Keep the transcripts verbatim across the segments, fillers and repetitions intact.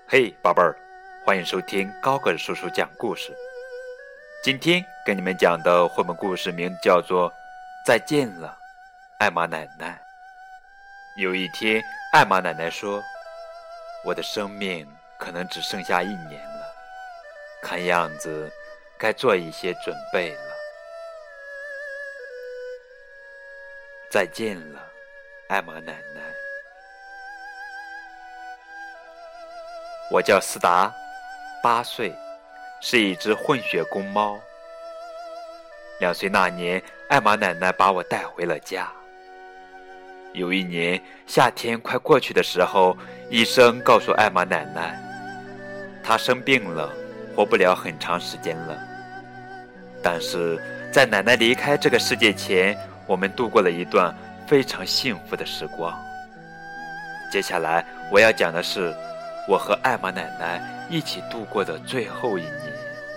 嘿，宝贝儿，欢迎收听高个子叔叔讲故事。今天跟你们讲的绘本故事名字叫做《再见了，艾玛奶奶》。有一天，艾玛奶奶说：“我的生命可能只剩下一年了，看样子该做一些准备了。”再见了，艾玛奶奶。我叫斯达，八岁，是一只混血公猫。两岁那年，艾玛奶奶把我带回了家。有一年夏天快过去的时候，医生告诉艾玛奶奶，她生病了，活不了很长时间了。但是在奶奶离开这个世界前，我们度过了一段非常幸福的时光。接下来我要讲的是我和艾玛奶奶一起度过的最后一年。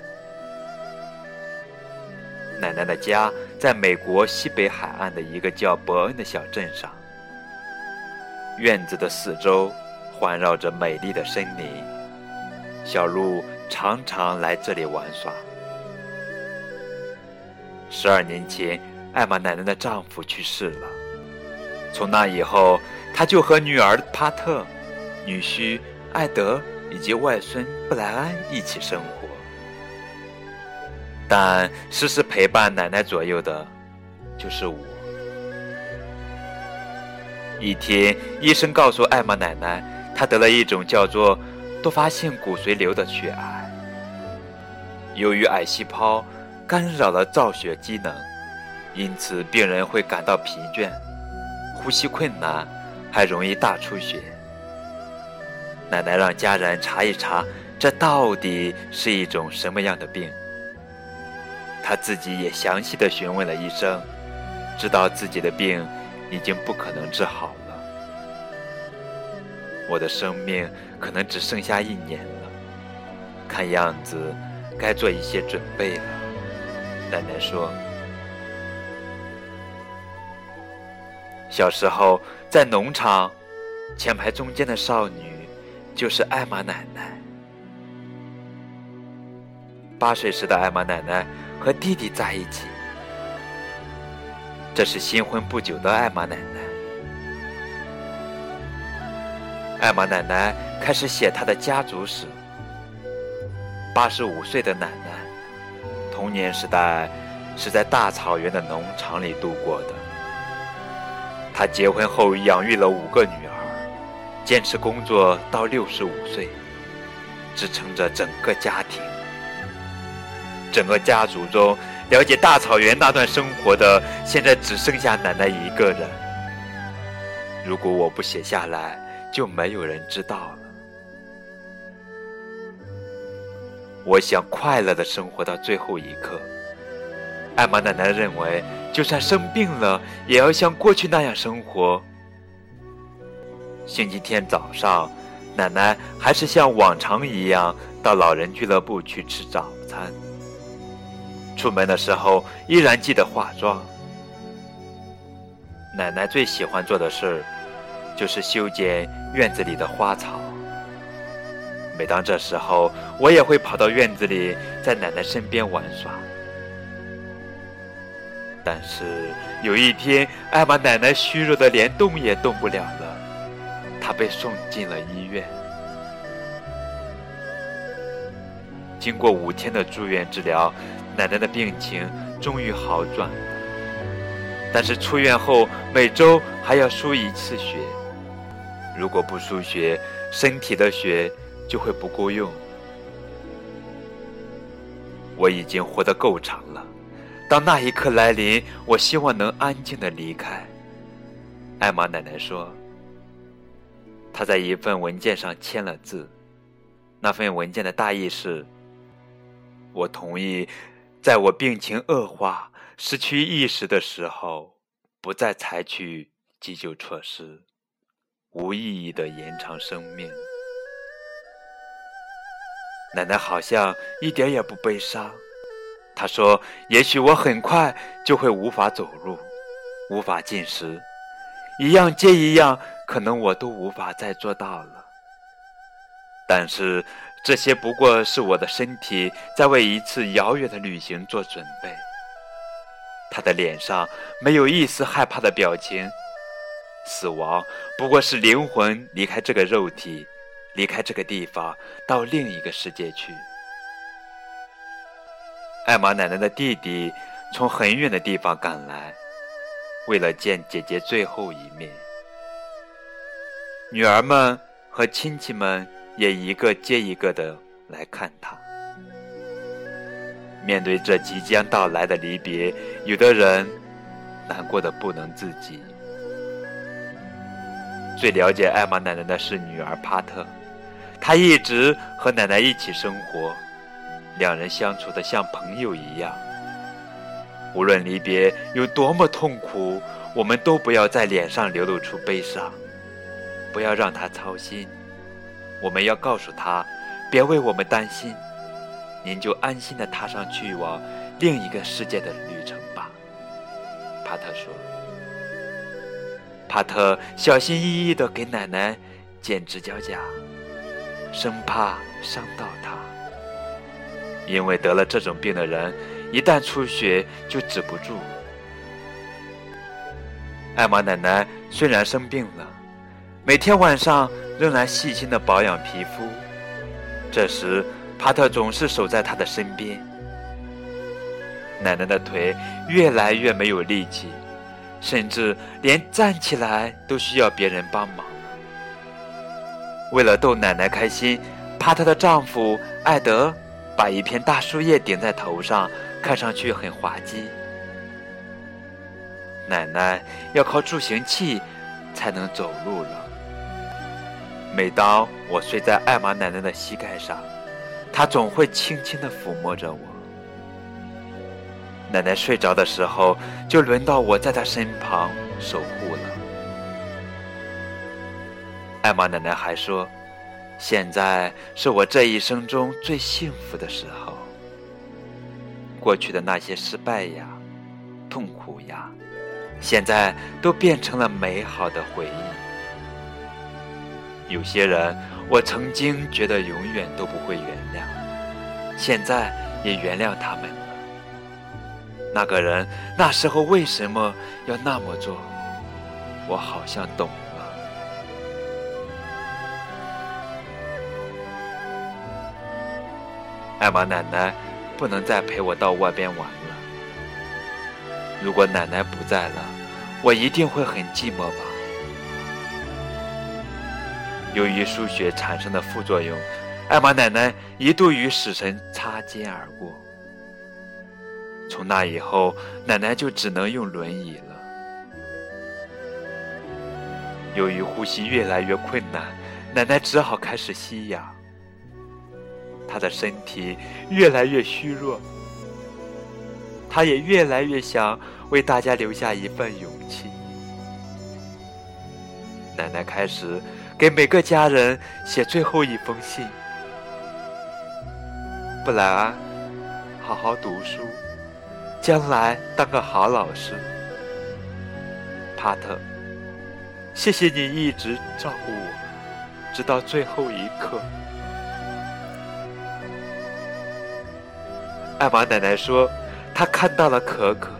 奶奶的家在美国西北海岸的一个叫伯恩的小镇上，院子的四周环绕着美丽的森林，小鹿常常来这里玩耍。十二年前，艾玛奶奶的丈夫去世了，从那以后，她就和女儿帕特、女婿艾德以及外孙布莱恩一起生活，但时时陪伴奶奶左右的就是我。一天，医生告诉艾玛奶奶，她得了一种叫做多发性骨髓瘤的血癌。由于癌细胞干扰了造血机能，因此病人会感到疲倦、呼吸困难，还容易大出血。奶奶让家人查一查，这到底是一种什么样的病。她自己也详细地询问了医生，知道自己的病已经不可能治好了。我的生命可能只剩下一年了，看样子该做一些准备了。奶奶说，小时候在农场，前排中间的少女就是艾玛奶奶。八岁时的艾玛奶奶和弟弟在一起，这是新婚不久的艾玛奶奶。艾玛奶奶开始写她的家族史。八十五岁的奶奶，童年时代是在大草原的农场里度过的。她结婚后养育了五个女儿，坚持工作到六十五岁，支撑着整个家庭。整个家族中，了解大草原那段生活的，现在只剩下奶奶一个人。如果我不写下来，就没有人知道了。我想快乐地生活到最后一刻。艾玛奶奶认为，就算生病了，也要像过去那样生活。星期天早上，奶奶还是像往常一样到老人俱乐部去吃早餐。出门的时候依然记得化妆。奶奶最喜欢做的事就是修剪院子里的花草。每当这时候，我也会跑到院子里，在奶奶身边玩耍。但是有一天，艾玛奶奶虚弱的连动也动不了了，她被送进了医院。经过五天的住院治疗，奶奶的病情终于好转了。但是出院后每周还要输一次血，如果不输血，身体的血就会不够用。我已经活得够长了，当那一刻来临，我希望能安静地离开。艾玛奶奶说，她在一份文件上签了字。那份文件的大意是，我同意在我病情恶化、失去意识的时候，不再采取急救措施，无意义地延长生命。奶奶好像一点也不悲伤。她说，也许我很快就会无法走路，无法进食，一样接一样，可能我都无法再做到了。 但是这些不过是我的身体在为一次遥远的旅行做准备。他的脸上没有一丝害怕的表情，死亡不过是灵魂离开这个肉体，离开这个地方，到另一个世界去。艾玛奶奶的弟弟从很远的地方赶来，为了见姐姐最后一面。女儿们和亲戚们也一个接一个的来看她。面对这即将到来的离别，有的人难过的不能自己。最了解艾玛奶奶的是女儿帕特，她一直和奶奶一起生活，两人相处得像朋友一样。无论离别有多么痛苦，我们都不要在脸上流露出悲伤，不要让她操心。我们要告诉她，别为我们担心，您就安心地踏上去往另一个世界的旅程吧。帕特说。帕特小心翼翼地给奶奶剪指甲甲，生怕伤到她。因为得了这种病的人，一旦出血就止不住。艾玛奶奶虽然生病了，每天晚上仍然细心地保养皮肤。这时帕特总是守在她的身边。奶奶的腿越来越没有力气，甚至连站起来都需要别人帮忙。为了逗奶奶开心，帕特的丈夫艾德把一片大树叶顶在头上，看上去很滑稽。奶奶要靠助行器才能走路了。每当我睡在艾玛奶奶的膝盖上，她总会轻轻地抚摸着我。奶奶睡着的时候，就轮到我在她身旁守护了。艾玛奶奶还说，现在是我这一生中最幸福的时候。过去的那些失败呀，痛苦呀，现在都变成了美好的回忆。有些人我曾经觉得永远都不会原谅，现在也原谅他们了。那个人那时候为什么要那么做，我好像懂了。艾玛奶奶不能再陪我到外边玩了。如果奶奶不在了，我一定会很寂寞吧。由于输血产生的副作用，艾玛奶奶一度与死神擦肩而过。从那以后，奶奶就只能用轮椅了。由于呼吸越来越困难，奶奶只好开始吸氧。她的身体越来越虚弱，她也越来越想为大家留下一份勇气。奶奶开始给每个家人写最后一封信：布莱安，好好读书，将来当个好老师。帕特，谢谢你一直照顾我，直到最后一刻。艾玛奶奶说，她看到了可可。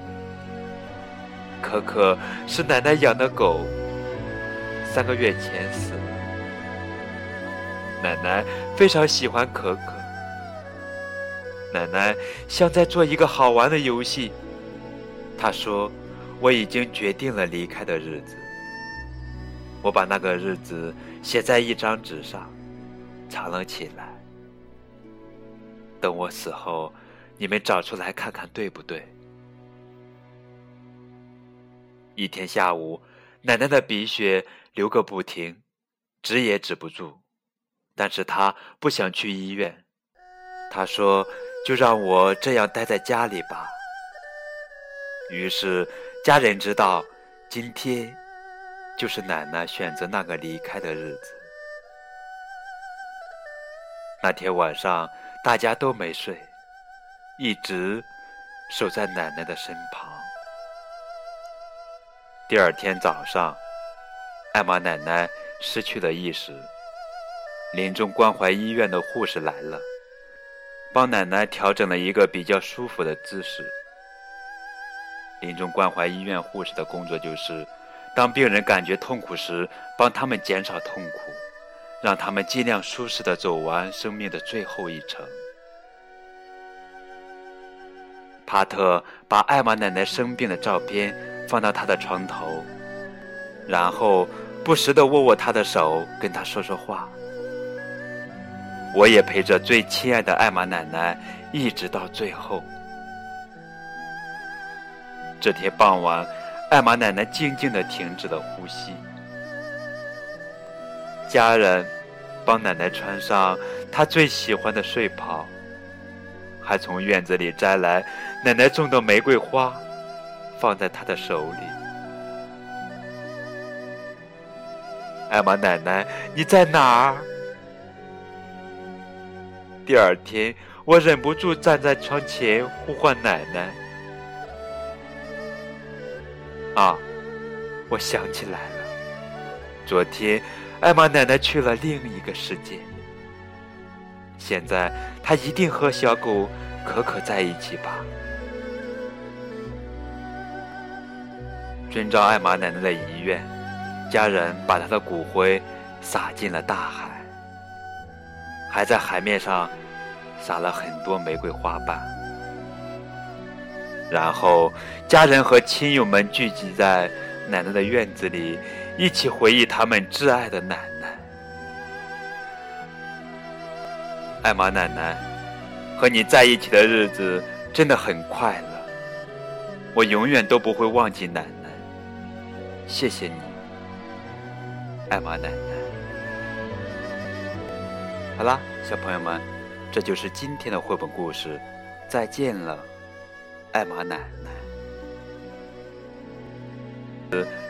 可可是奶奶养的狗，三个月前死了。奶奶非常喜欢可可。奶奶像在做一个好玩的游戏。她说，我已经决定了离开的日子。我把那个日子写在一张纸上，藏了起来。等我死后，你们找出来看看对不对？一天下午，奶奶的鼻血流个不停，止也止不住，但是她不想去医院。她说，就让我这样待在家里吧。于是家人知道，今天就是奶奶选择那个离开的日子。那天晚上大家都没睡，一直守在奶奶的身旁。第二天早上，艾玛奶奶失去了意识， 临终关怀医院的护士来了，帮奶奶调整了一个比较舒服的姿势。临终关怀医院护士的工作就是，当病人感觉痛苦时，帮他们减少痛苦，让他们尽量舒适地走完生命的最后一程。帕特把艾玛奶奶生病的照片放到她的床头，然后不时地握握她的手，跟她说说话。我也陪着最亲爱的艾玛奶奶一直到最后。这天傍晚，艾玛奶奶静静地停止了呼吸。家人帮奶奶穿上她最喜欢的睡袍，还从院子里摘来奶奶种的玫瑰花，放在她的手里。艾玛奶奶，你在哪儿？第二天，我忍不住站在窗前呼唤奶奶。啊，我想起来了，昨天艾玛奶奶去了另一个世界。现在她一定和小狗可可在一起吧。遵照艾玛奶奶的遗愿，家人把她的骨灰撒进了大海，还在海面上撒了很多玫瑰花瓣。然后家人和亲友们聚集在奶奶的院子里，一起回忆他们挚爱的奶奶。艾玛奶奶，和你在一起的日子真的很快乐，我永远都不会忘记奶奶。谢谢你，艾玛奶奶。好啦，小朋友们，这就是今天的绘本故事，再见了，艾玛奶奶。